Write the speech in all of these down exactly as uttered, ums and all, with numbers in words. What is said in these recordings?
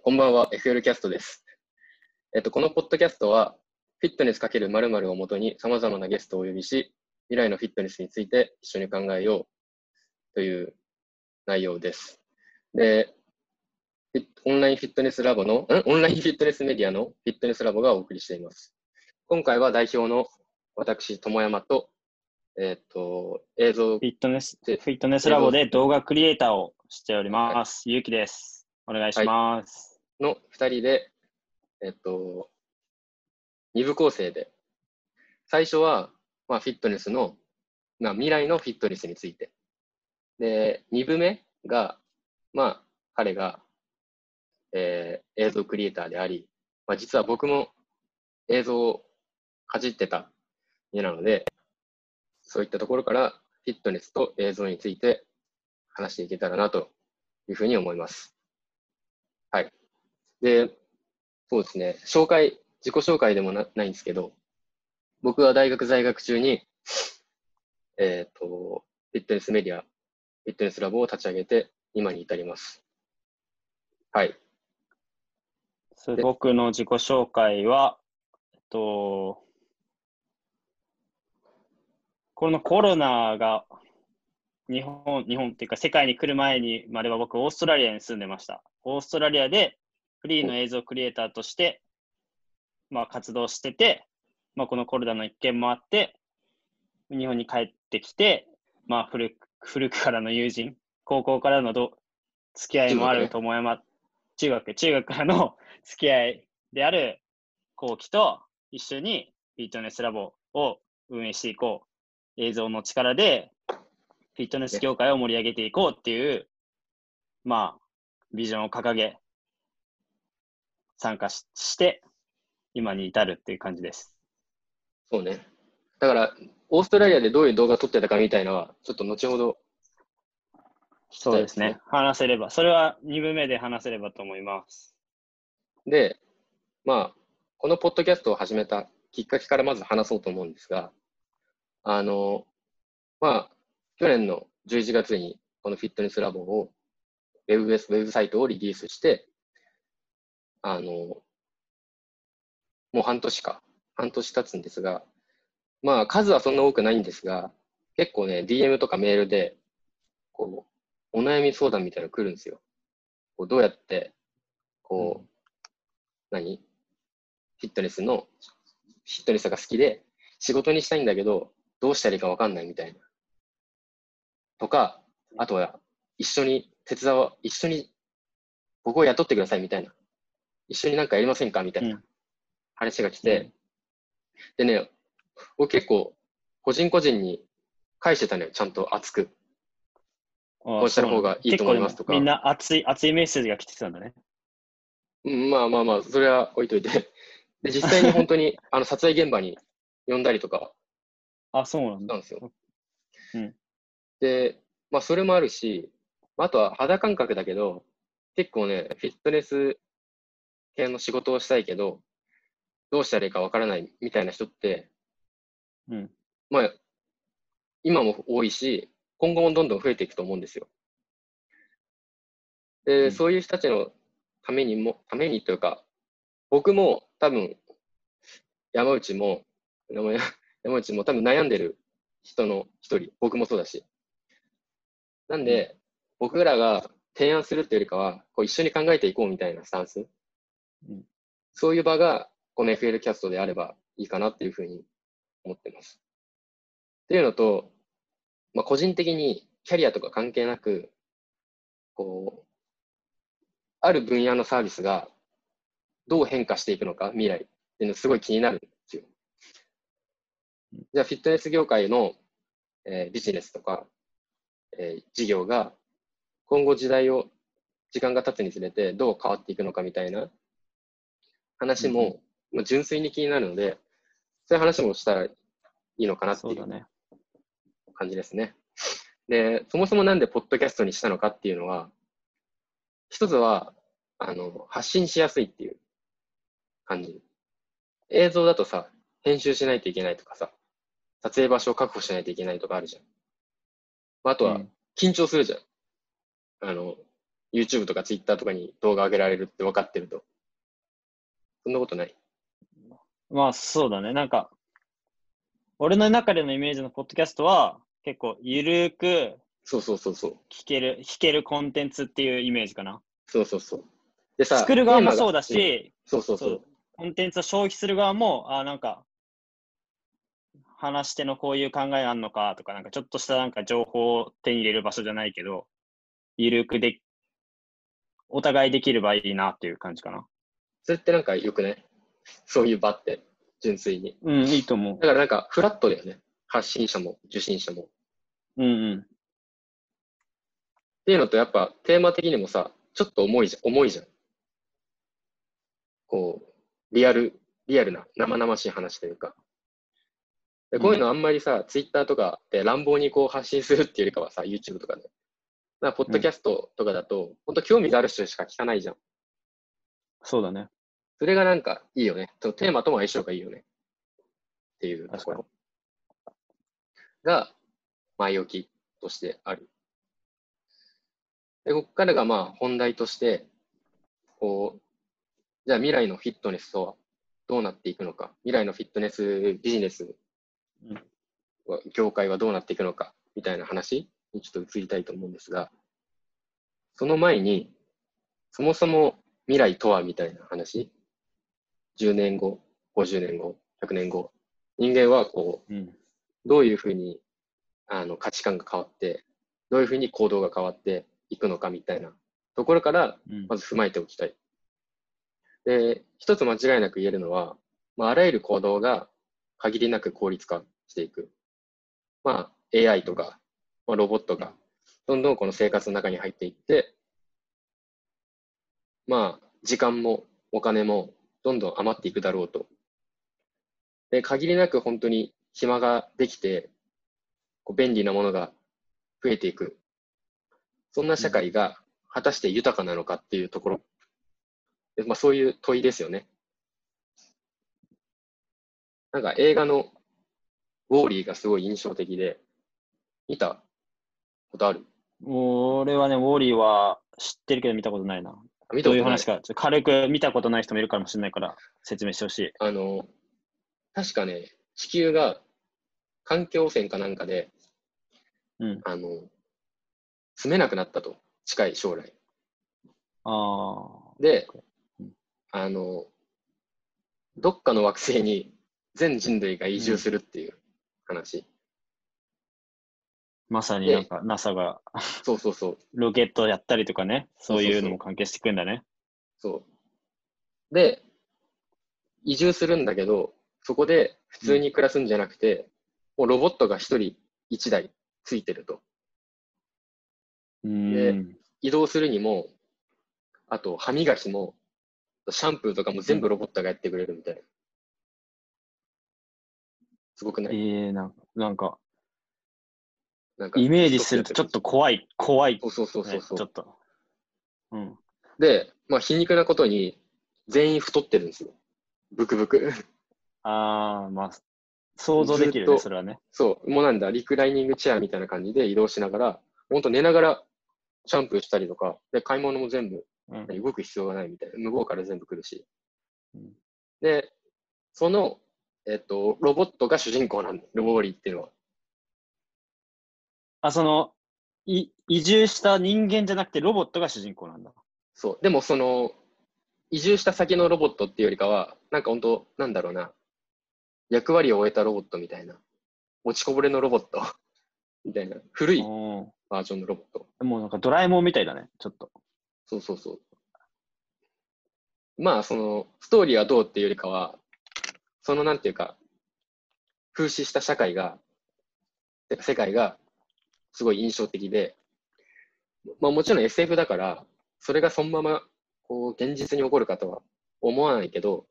こんばんは、エフエル キャストです。えっと、このポッドキャストは、フィットネス×〇〇をもとに様々なゲストをお呼びし、未来のフィットネスについて一緒に考えようという内容です。で、オンラインフィットネスラボの、んオンラインフィットネスメディアのフィットネスラボがお送りしています。今回は代表の私、友山と、えっと、映像フィットネス、フィットネスラボで動画クリエイターをしております。はい、ゆうきです。お願いします。 はい、のふたりで、えっと、に部構成で、最初は、まあ、フィットネスの、まあ、未来のフィットネスについて。で、に部目が、まあ、彼が、えー、映像クリエイターであり、まあ、実は僕も映像をかじってた家なので、そういったところからフィットネスと映像について話していけたらなというふうに思います。はい。で、そうですね、紹介、自己紹介でも な, ないんですけど、僕は大学在学中に、えっと、フィットネスメディア、フィットネスラボを立ち上げて、今に至ります。はい。 僕の自己紹介は、えっと、このコロナが日本、日本っていうか世界に来る前にまでは僕、オーストラリアに住んでました。オーストラリアでフリーの映像クリエイターとして、まあ、活動してて、まあ、このコロナの一件もあって、日本に帰ってきて、まあ、古く、古くからの友人、高校からのど付き合いもある友山、中学、中学からの付き合いである後期と一緒にフィットネスラボを運営していこう。映像の力でフィットネス業界を盛り上げていこうっていう、まあ、ビジョンを掲げ、参加 し, して、今に至るっていう感じです。 そうね。だから、オーストラリアでどういう動画撮ってたかみたいなのは、ちょっと後ほど、 そうですね。話せれば。それはに部目で話せればと思います。 で、まあ、このポッドキャストを始めたきっかけからまず話そうと思うんですが、あの、まあ、去年のじゅういちがつにこのフィットネスラボを、ウェブベース、ウェブサイトをリリースして、あの、もう半年か、半年経つんですが、まあ、数はそんな多くないんですが、結構ね、ディーエム とかメールで、こう、お悩み相談みたいなの来るんですよ。こうどうやって、こう、うん、何フィットネスの、フィットネスが好きで、仕事にしたいんだけど、どうしたらいいか分かんないみたいな。とか、あとは、一緒に手伝おう、一緒に僕を雇ってくださいみたいな。一緒になんかやりませんかみたいな話が来て、うん、でね、僕結構、個人個人に返してたのよ、ちゃんと熱く。こうした方がいいと思いますとか。 みんな熱い、熱いメッセージが来てたんだね。 うん、まあまあまあ、それは置いといて。で、実際に本当にあの撮影現場に呼んだりとかあ、そうなんしたんですよ。 うん、 で、まあそれもあるし、あとは肌感覚だけど、結構ね、フィットネス系の仕事をしたいけど、どうしたらいいかわからないみたいな人って、 うん、 まあ、今も多いし、今後もどんどん増えていくと思うんですよ。で、うん、そういう人たちのためにも、ためにというか、僕も多分、山内も、山内も多分悩んでる人の一人、僕もそうだし。なんで、うん、僕らが提案するっていうよりかは、こう一緒に考えていこうみたいなスタンス。うん、そういう場が、この エフエル キャストであればいいかなっていうふうに思ってます。っていうのと、まあ、個人的にキャリアとか関係なく、こう、ある分野のサービスがどう変化していくのか、未来っていうのすごい気になるんですよ。じゃあ、フィットネス業界の、えー、ビジネスとか、えー、事業が今後時代を、時間が経つにつれてどう変わっていくのかみたいな話も、うん、純粋に気になるので、そういう話もしたらいいのかなっていう感じですね。で、そもそもなんでポッドキャストにしたのかっていうのは、一つは、あの、発信しやすいっていう感じ。映像だとさ、編集しないといけないとかさ、撮影場所を確保しないといけないとかあるじゃん。あとは、緊張するじゃん。あの、 YouTube とか Twitter とかに動画上げられるって分かってると。そんなことない。 まあそうだね。なんか、俺の中でのイメージのポッドキャストは、結構ゆるーくそうそうそうそう。 聞ける、聞けるコンテンツっていうイメージかな。 そうそうそう。でさ、 作るテーマが、 側もそうだうん、 し、 そうそうそう。 そう、コンテンツを消費する側も、あ、なんか、話し手のこういう考えあんのかとか、なんかちょっとしたなんか情報を手に入れる場所じゃないけど、ゆるくで、お互いできればいいなっていう感じかな。 それってなんか良くない？そういう場って、純粋に。 うん、いいと思だからなんか、フラットだよね。発信者も受信者も。っう。うんうん。 ていうのと、やっぱ、テーマ的にもさ、ちょっと重いじゃん。重いじゃん。こう、リアル、リアルな、生々しい話というか。でこういうのあんまりさ、ツイッターとかで乱暴にこう発信するっていうよりかはさ、YouTube とかで。だからポッうん、 ドキャストとかだと、本当興味がある人しか聞かないじゃん。 そうだね。 それがなんかいいよね。そのテーマとも相性がいいよね。っていうと確かに。 ころが前置きとしてある。で、ここからがまあ本題として、こう、じゃあ未来のフィットネスとはどうなっていくのか。未来のフィットネスビジネス、 うん、 業界はどうなっていくのか、みたいな話にちょっと移りたいと思うんですが、その前に、そもそも未来とはみたいな話、じゅうねんご、ごじゅうねんご、ひゃくねんご、人間はこう、 うん、 どういうふうにあの価値観が変わって、どういうふうに行動が変わっていくのかみたいなところから、 うん、 まず踏まえておきたい。で、一つ間違いなく言えるのは、まあ、あらゆる行動が限りなく効率化していく。まあ、エーアイ とか、まあ、ロボットがどんどんこの生活の中に入っていって、まあ、時間もお金もどんどん余っていくだろうと。で、限りなく本当に暇ができて、こう便利なものが増えていく。そんな社うん。 会が果たして豊かなのかっていうところ。でまあ、そういう問いですよね。なんか映画のウォーリーがすごい印象的で、見たことある？ 俺はね、ウォーリーは知ってるけど見たことないな。 見たことない。 どういう話か、ちょっと軽く見たことない人もいるかもしれないから説明してほしい。 あの、確かね、地球が環境汚染かなんかで、 うん。 あの、住めなくなったと。近い将来。 ああ。 で、 うん。 あの、どっかの惑星に全人類が移住うん。 するっていう話。 まさになんで、 か ナサ がそうそうそう。 ロケットやったりとかね、そういうそうそうそう。 のも関係してくんだね。 そう。で、移住するんだけど、そこで普うん。 通に暮らすんじゃなくて、もうロボットが一人一台ついてると。 うで、 ーん。 移動するにも、あと歯磨きも、シャンプーとかもうん。 全部ロボットがやってくれるみたいな。すごくない？ ええー、なんか、なんか、 なんかテストイメージするとちょっってやってる感じ。 と怖い、怖い。 そうそうそうそうね、 そう。 ちょっと。うん。 で、まあ皮肉なことに、全員太ってるんですよ。ブクブク。 ああ、まあ、想像できるね、そずっと、 れはね。 そう、もうなんだ、リクライニングチェアみたいな感じで移動しながら、ほんと寝ながらシャンプーしたりとか、で、買い物も全部、 うん。 動く必要がないみたいな。向こうから全部来るし。 うん。 で、その、えっと、ロボットが主人公なんだ。ロボーリーっていうのは。 あ、その、い、移住した人間じゃなくてロボットが主人公なんだ。 そう。でも、その、移住した先のロボットっていうよりかは、なんか本当なんだろうな、役割を終えたロボットみたいな。落ちこぼれのロボットみたいな。古いおー。 バージョンのロボット。 もうなんかドラえもんみたいだね、ちょっと。 そうそうそう。まあ、その、ストーリーはどうっていうよりかは、そのなんていうか、風刺した社会が、世界がすごい印象的で、まあもちろん エスエフ だから、それがそのまま、こう、現実に起こるかとは思わないけど、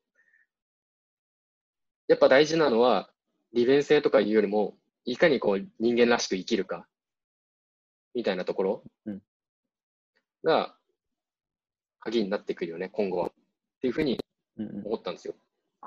やっぱ大事なのは、利便性とかいうよりも、いかにこう、人間らしく生きるか、みたいなところうん。 が、鍵になってくるよね、今後は。っていうふうにうんうん。 思ったんですよ。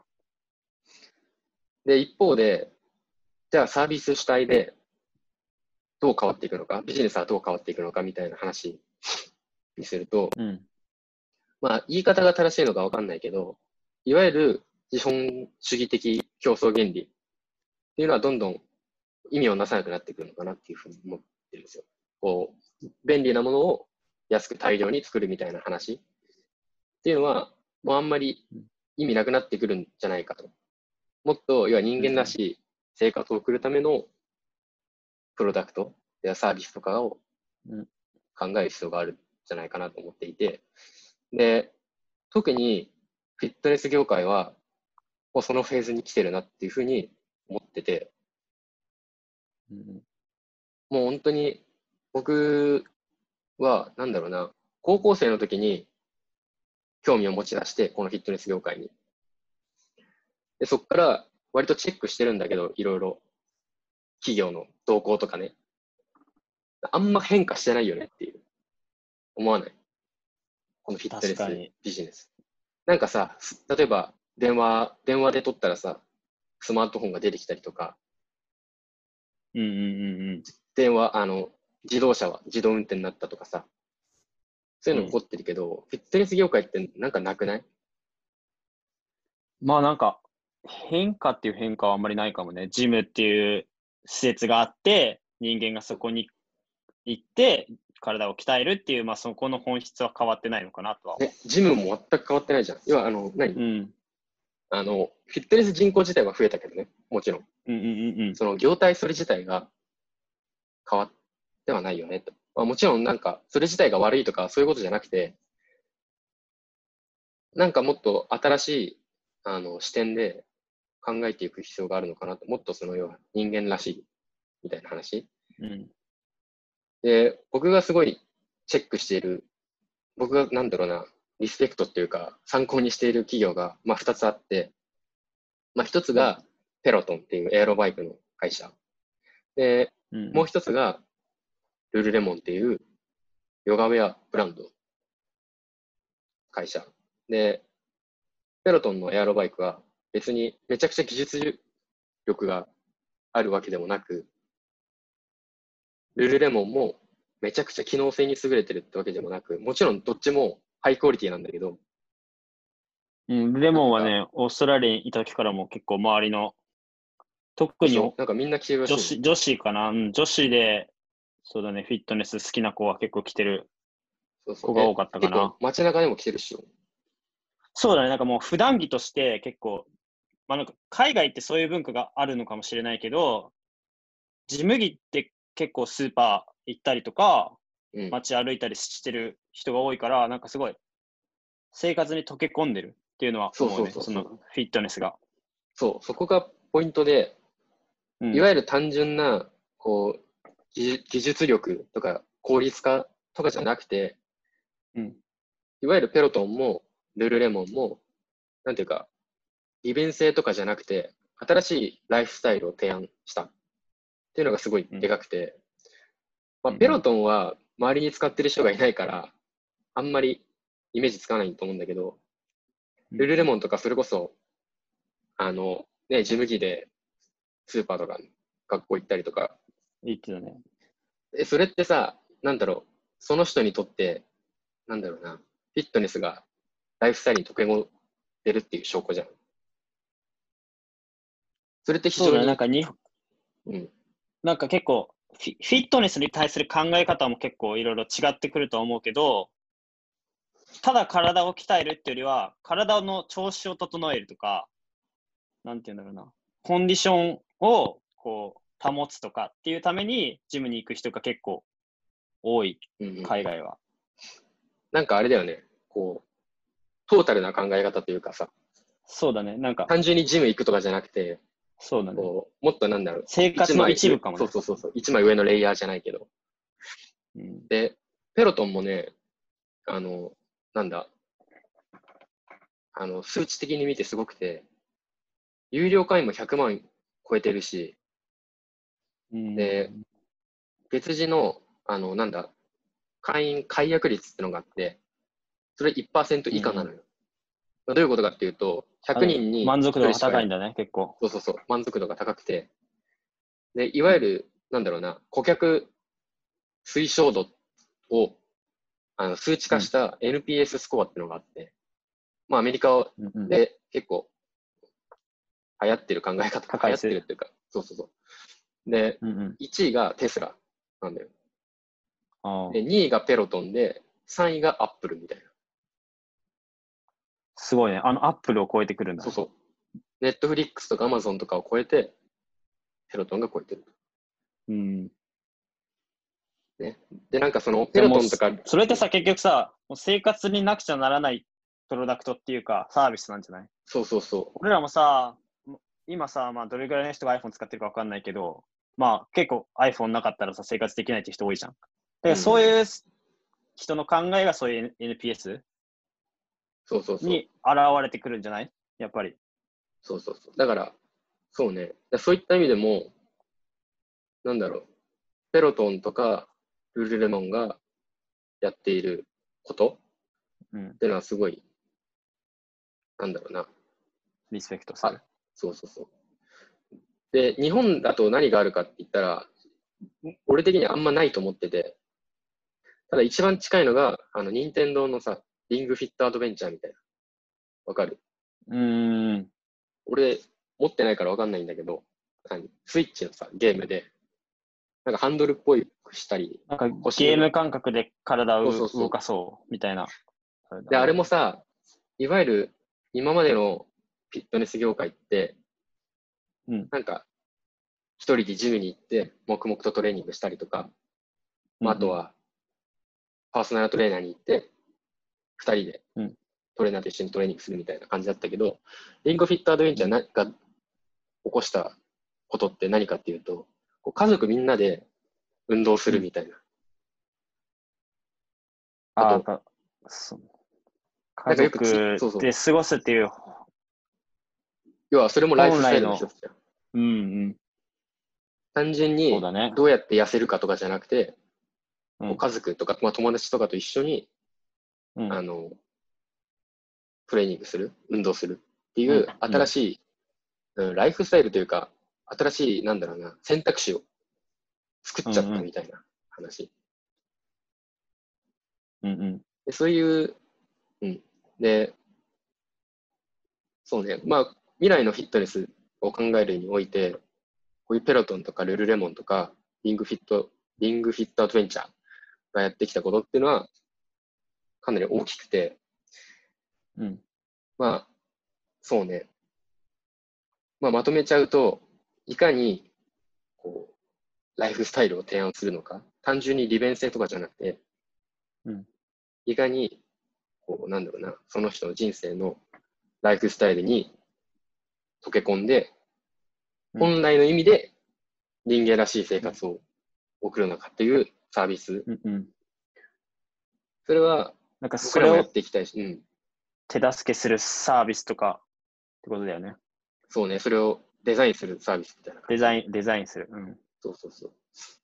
で、一方で、じゃあサービス主体でどう変わっていくのか、ビジネスはどう変わっていくのかみたいな話にすると、 うん。 まあ、言い方が正しいのかわかんないけど、いわゆる資本主義的競争原理っていうのはどんどん意味をなさなくなってくるのかなっていうふうに思ってるんですよ。こう、便利なものを安く大量に作るみたいな話っていうのは、もうあんまり意味なくなってくるんじゃないかと。もっと、要は人間らしい生活を送るためのプロダクトやサービスとかを考える必要があるんじゃないかなと思っていて、で、特にフィットネス業界は、もうそのフェーズに来てるなっていうふうに思ってて、 うん、 もう本当に僕は、なんだろうな、高校生の時に興味を持ち出して、このフィットネス業界に。で、そこから割とチェックしてるんだけど、いろいろ企業の動向とかね、あんま変化してないよねっていう、思わない。このフィットネス確かに。 ビジネス。なんかさ、す例えば電話、電話で取ったらさ、スマートフォンが出てきたりとか、 うんうんうんうん。 電話、あの、自動車は自動運転になったとかさ、そういうのうん起こってるけど、フィットネス業界ってなんかなくない？ まあなんか、変化っていう変化はあんまりないかもね。ジムっていう施設があって、人間がそこに行って、体を鍛えるっていう、まあそこの本質は変わってないのかなとは思ね、ジムも全く変わってないじゃん。要は、あの、何う。うん。 あの、フィットネス人口自体は増えたけどね、もちろん。 うんうんうんうん。 その業態それ自体が変わってはないよねと。まあ、もちろんなんか、それ自体が悪いとかそういうことじゃなくて、なんかもっと新しいあの視点で考えていく必要があるのかなと。もっとその要は人間らしいみたいな話。 うん。 で、僕がすごいチェックしている、僕がなんだろうな、リスペクトっていうか参考にしている企業が、まあ、ふたつあって、まあ、ひとつがペロトンっていうエアロバイクの会社。で、もううん。 一つがルルレモンっていうヨガウェアブランド会社。で、ペロトンのエアロバイクは別にめちゃくちゃ技術力があるわけでもなく、ルルレモンもめちゃくちゃ機能性に優れてるってわけでもなく、もちろんどっちもハイクオリティなんだけど、 うん、レなんか、 モンはね、オーストラリアにいた時からも結構周りの、特でしにょなんかみんな着てるらしいの。 女子、女子かな、うん、女子で、そうだね、フィットネス好きな子は結構来てるそうそう。え、 子が多かったか結構な。 街中でも着てるっしょ。 そうだね、なんかもう普段着として結構、まあなんか海外ってそういう文化があるのかもしれないけど、ジム着って結構スーパー行ったりとか、 うん。 街歩いたりしてる人が多いから、なんかすごい生活に溶け込んでるっていうのはそう思うね、 そうそうそう。 そのフィットネスが。 そう、そこがポイントで、 うん。 いわゆる単純な、こう、技技術力とか効率化とかじゃなくて、 うん。 いわゆるペロトンもルルレモンも、なんていうか、利便性とかじゃなくて、新しいライフスタイルを提案したっていうのがすごいうん。 でかくて、まあ、ペロうん。 トンは周りに使ってる人がいないから、あんまりイメージつかないと思うんだけど、 うん。 ルルレモンとかそれこそ、あの、ね、ジム着でスーパーとか学校行ったりとか、 いいけどね。 え、それってさ、なんだろう、その人にとって、なんだろうな、フィットネスがライフスタイルに溶け込んでるっていう証拠じゃん。それって非そうだね、なん常に、 かに、 うん、 なんか結構フィ、フィットネスに対する考え方も結構いろいろ違ってくるとは思うけど、ただ体を鍛えるっていうよりは、体の調子を整えるとか、なんていうんだろうな、コンディションをこう保つとかっていうためにジムに行く人が結構多い、 うんうん。 海外は。 なんかあれだよね、こう、トータルな考え方というかさ、 そうだね、なんか、 単純にジム行くとかじゃなくて、 そうだね。 こう、もっとなんだろう、 生活の一枚上、 一部かもね。 そうそうそうそう、一枚上のレイヤーじゃないけど。 うん。 で、ペロトンもね、あの、なんだ、あの、数値的に見てすごくて、有料会員もひゃくまん超えてるし、 うで、 ん。 月次の、あの、なんだ、会員解約率ってのがあって、それいちパーセントうんうん。 以下なのよ。まあどういうことかっていうと、100 あの、 人に1 満足度が人しか、 高いんだね、結構。 そうそうそう、満足度が高くて、で、いわうん。 ゆる、なんだろうな、顧客推奨度をあの数値化した エヌピーエス スコアっていうのがあって、まあアメリカで結構流行ってる考え方、流行ってるっていうか、そうそうそう。で、 うんうん、 いちいがテスラなんだよ。 あで、にいがペロトンで、さんいがアップルみたいな。 すごいね。あのアップルを超えてくるんだ、ね。 そうそう。ネットフリックスとかアマゾンとかを超えて、ペロトンが超えてる。 うん。 ね。で、なんかそのペロトンとか。 それってさ、結局さ、もう生活になくちゃならないプロダクトっていうか、サービスなんじゃない？ そうそうそう。 俺らもさ、今さ、まあ、どれぐらいの人が iPhone 使ってるか分かんないけど、まあ、結構 iPhone なかったらさ、生活できないって人多いじゃん。で、そういう人の考えがそういう エヌピーエスそうそうそう。 に現れてくるんじゃない？やっぱり。 そうそうそう。だから、そうね。そういった意味でも、なんだろう。ペロトンとかルルレモンがやっていることっていうのはすごい、うん、なんだろうな。 リスペクトする。 そうそうそう。で、日本だと何があるかって言ったら、俺的にはあんまないと思ってて、ただ一番近いのが、あの、任天堂のさ、リングフィットアドベンチャーみたいな。わかる？ うーん。 俺、持ってないからわかんないんだけど、スイッチのさ、ゲームで、なんかハンドルっぽいくしたり、 なんかゲーム感覚で体をそうそうそう動かそうみたいな。 で、あれもさ、いわゆる今までのフィットネス業界って、 うん、 なんか、一人でジムに行って、黙々とトレーニングしたりとか、まあ、あとは、パーソナルトレーナーに行って、二人でトレーナーと一緒にトレーニングするみたいな感じだったけど、リンゴフィットアドベンチャーが起こしたことって何かっていうと、こう家族みんなで運動するみたいな。 あと、あ家族で過ごすっていう。 要は、それもライフスタイルの一つじゃん。 うんうん。 単純にどうやって痩せるかとかじゃなくて、ね、家族とか、まあ、友達とかと一緒に、うん、あの、トレーニングする、運動するっていう新しい、うんうん、ライフスタイルというか、新しい、なんだろうな、選択肢を作っちゃったみたいな話。 うんうん、 でそういう、うん。で、そうね、まあ、未来のフィットネスを考えるにおいて、こういうペロトンとかルルレモンとか、リングフィット、リングフィットアドベンチャーがやってきたことっていうのは、かなり大きくて、 うん、 まあ、そうね。まあ、まとめちゃうと、いかに、こう、ライフスタイルを提案するのか、単純に利便性とかじゃなくて、 うん、 いかに、こう、なんだろうな、その人の人生のライフスタイルに溶け込んで、本来の意味で人間らしい生活を送るのかっていうサービス。 うんうん、 それは、 なんかそれをやっていきたいし、うん、 手助けするサービスとかってことだよね。 そうね、それをデザインするサービスみたいな感じ。 デザイン、デザインする。うん。 そうそうそう。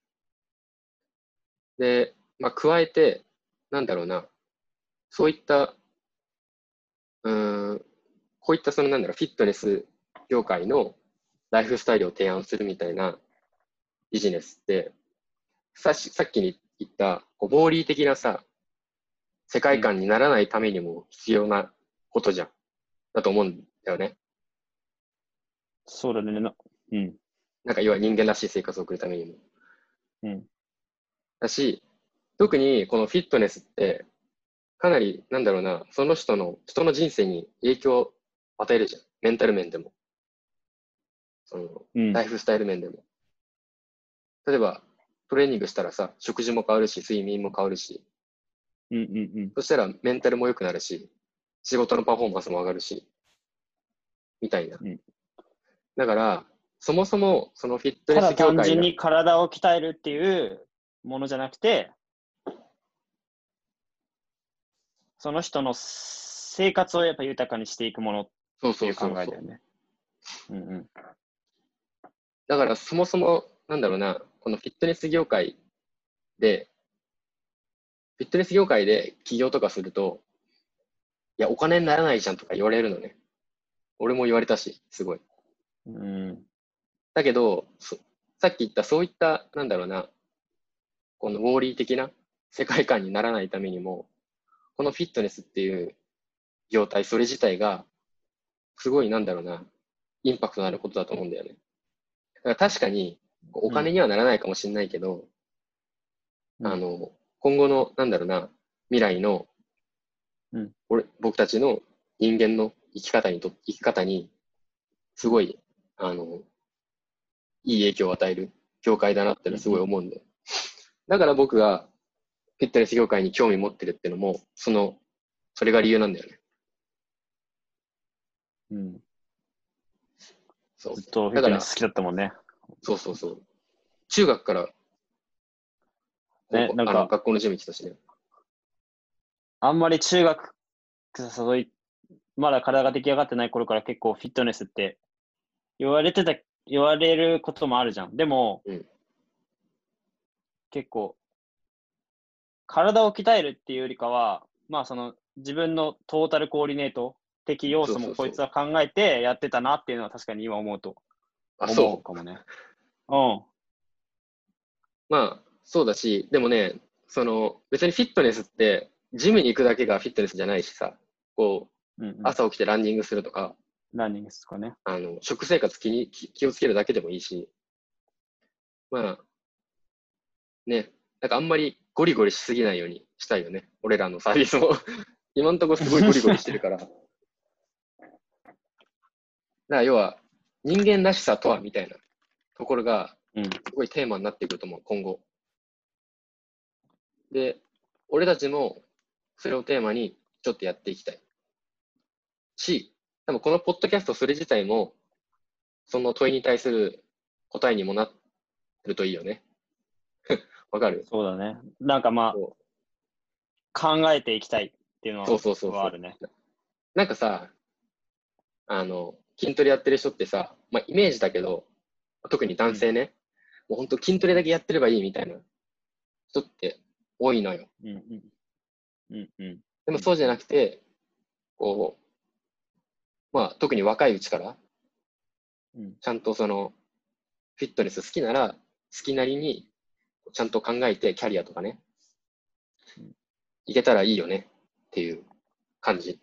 で、まあ、加えて、なんだろうな、そういった、うーん、こういったそのなんだろう、フィットネス業界のライフスタイルを提案するみたいなビジネスって、ささっきに言った、こう、ボーリー的なさ、世界観にならないためにも必要なことじゃん。だと思うんだよね。 そうだね。うん。 なんか、要は人間らしい生活を送るためにも。 うん。 だし、特にこのフィットネスって、かなり、なんだろうな、その人の、人の人生に影響を与えるじゃん。メンタル面でも。その、うん、ライフスタイル面でも。例えば、トレーニングしたらさ、食事も変わるし、睡眠も変わるし。 うんうんうん。 そしたらメンタルも良くなるし、仕事のパフォーマンスも上がるし、みたいな。うん、だから、そもそも、そのフィットネス業界ただ単純に体を鍛えるっていうものじゃなくて、その人の生活をやっぱ豊かにしていくものっていう考えだよね。うんうん。 だからそもそも、なんだろうな、このフィットネス業界で、フィットネス業界で起業とかすると、いや、お金にならないじゃんとか言われるのね。俺も言われたし、すごい。 うん、 だけど、さっき言ったそういった、なんだろうな、このウォーリー的な世界観にならないためにも、このフィットネスっていう業態、それ自体が、すごいなんだろうな、インパクトのあることだと思うんだよね。だから確かに、お金にはならないかもしれないけど、 うん、 あの、今後の、なんだろうな、未来の、 うん、 俺、僕たちの人間の生き方にと、生き方に、すごい、あの、いい影響を与える業界だなってのはすごい思うんで。だから僕がフィットネス業界に興味持ってるっていうのも、その、それが理由なんだよね。 うん。 そう。 ずっとフィだから、 ットネス好きだったもんね。 そうそうそう。中学からね、なんあのか、 学校のジム行ってたしね。 あんまり中学、誘い、まだ体が出来上がってない頃から結構フィットネスって言われてた、言われることもあるじゃん。でも、 うん、 結構、体を鍛えるっていうよりかは、まあその自分のトータルコーディネート的要素もそうそうそう。 こいつは考えてやってたなっていうのは確かに今思うとあ、そう。 思うかもね。うん。 まあ、そうだし、でもね、その、別にフィットネスって、ジムに行くだけがフィットネスじゃないしさ、こう、 うんうん。 朝起きてランニングするとか、 ランニングとかね。 あの、食生活気に、気気をつけるだけでもいいし、まあ、ね、なんかあんまりゴリゴリしすぎないようにしたいよね。俺らのサービスも。今んとこすごいゴリゴリしてるから。だから要は、人間らしさとはみたいなところが、 うん。 すごいテーマになってくると思う、今後。で、俺たちもそれをテーマにちょっとやっていきたいし、多分このポッドキャストそれ自体も、その問いに対する答えにもなるといいよね。わかる？ そうだね。なんかまあ、 そう考えていきたいっていうそうのそうそうそう。 はあるね。 なんかさ、あの、筋トレやってる人ってさ、まあ、イメージだけど、特にうん。 男性ね、もう本当筋トレだけやってればいいみたいな人って多いのよ。 うんうんうんうんでもそうじゃうんなくて、こう、まあ、特に若いうちから、 うんちゃんとその、フィットネス好きなら、好きなりに、ちゃんと考えて、キャリアとかね、 うんいけたらいいよねっていう感じ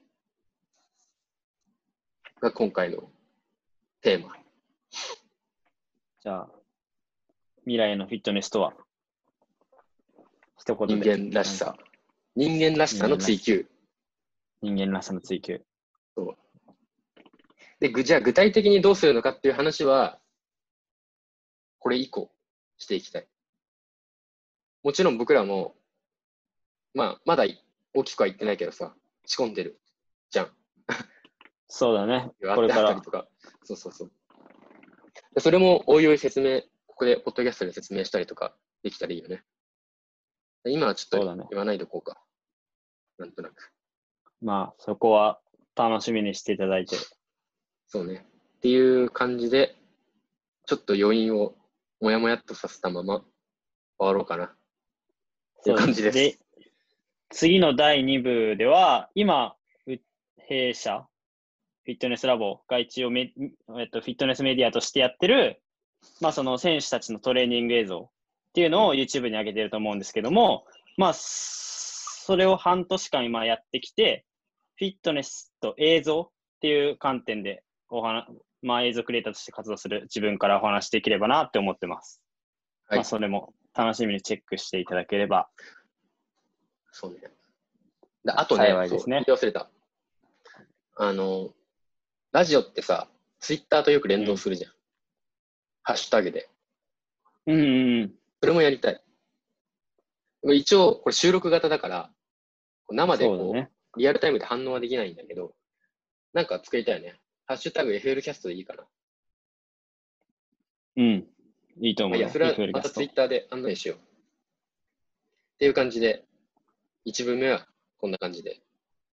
が今回のテーマ。 じゃあ、未来のフィットネスとは一言人で。 間らしさ。 なんか、 人間らしさの人間らしさ。 追求。 人間らしさの追求。 そうで、ぐじゃあ具体的にどうするのかっていう話は、これ以降していきたい。もちろん僕らも、まあ、まだ大きくは言ってないけどさ、仕込んでるじゃん。 そうだね。 あってこれから。 あったりとか。そうそうそう。でそれもおいおい説明、ここでポッドキャストで説明したりとかできたらいいよね。今はちょっとそうだね。 言わないでおこうか。なんとなく。 まあ、そこは楽しみにしていただいて。 そうね。っていう感じで、ちょっと余韻をもやもやっとさせたまま終わろうかなっていうそうだね。 感じです。 で、次のだいに部では、今、う弊社、フィットネスラボが一応メ、えっと、フィットネスメディアとしてやってる、まあ、その選手たちのトレーニング映像っていうのを YouTube に上げてると思うんですけども、まあ、それを半年間今やってきて、フィットネスと映像っていう観点でお話、まあ、映像クリエイターとして活動する自分からお話しできればなって思ってます。 はい。 まあ、それも楽しみにチェックしていただければそうね。であとね、そう、 幸いですね。 言い忘れた。あの、ラジオってさ、ツイッターとよく連動するじゃん。ハッシュタグで。 うんうんうん。 それもやりたい。一応、これ収録型だから、生でこそうだね。 う、リアルタイムで反応はできないんだけど、なんか作りたいよね。ハッシュタグ エフエル キャストでいいかな。 うん。いいとまあ、いや、 思うよ。 それはエフエル キまたャスト。 ツイッターで案内しよう。っていう感じで、一部目はこんな感じで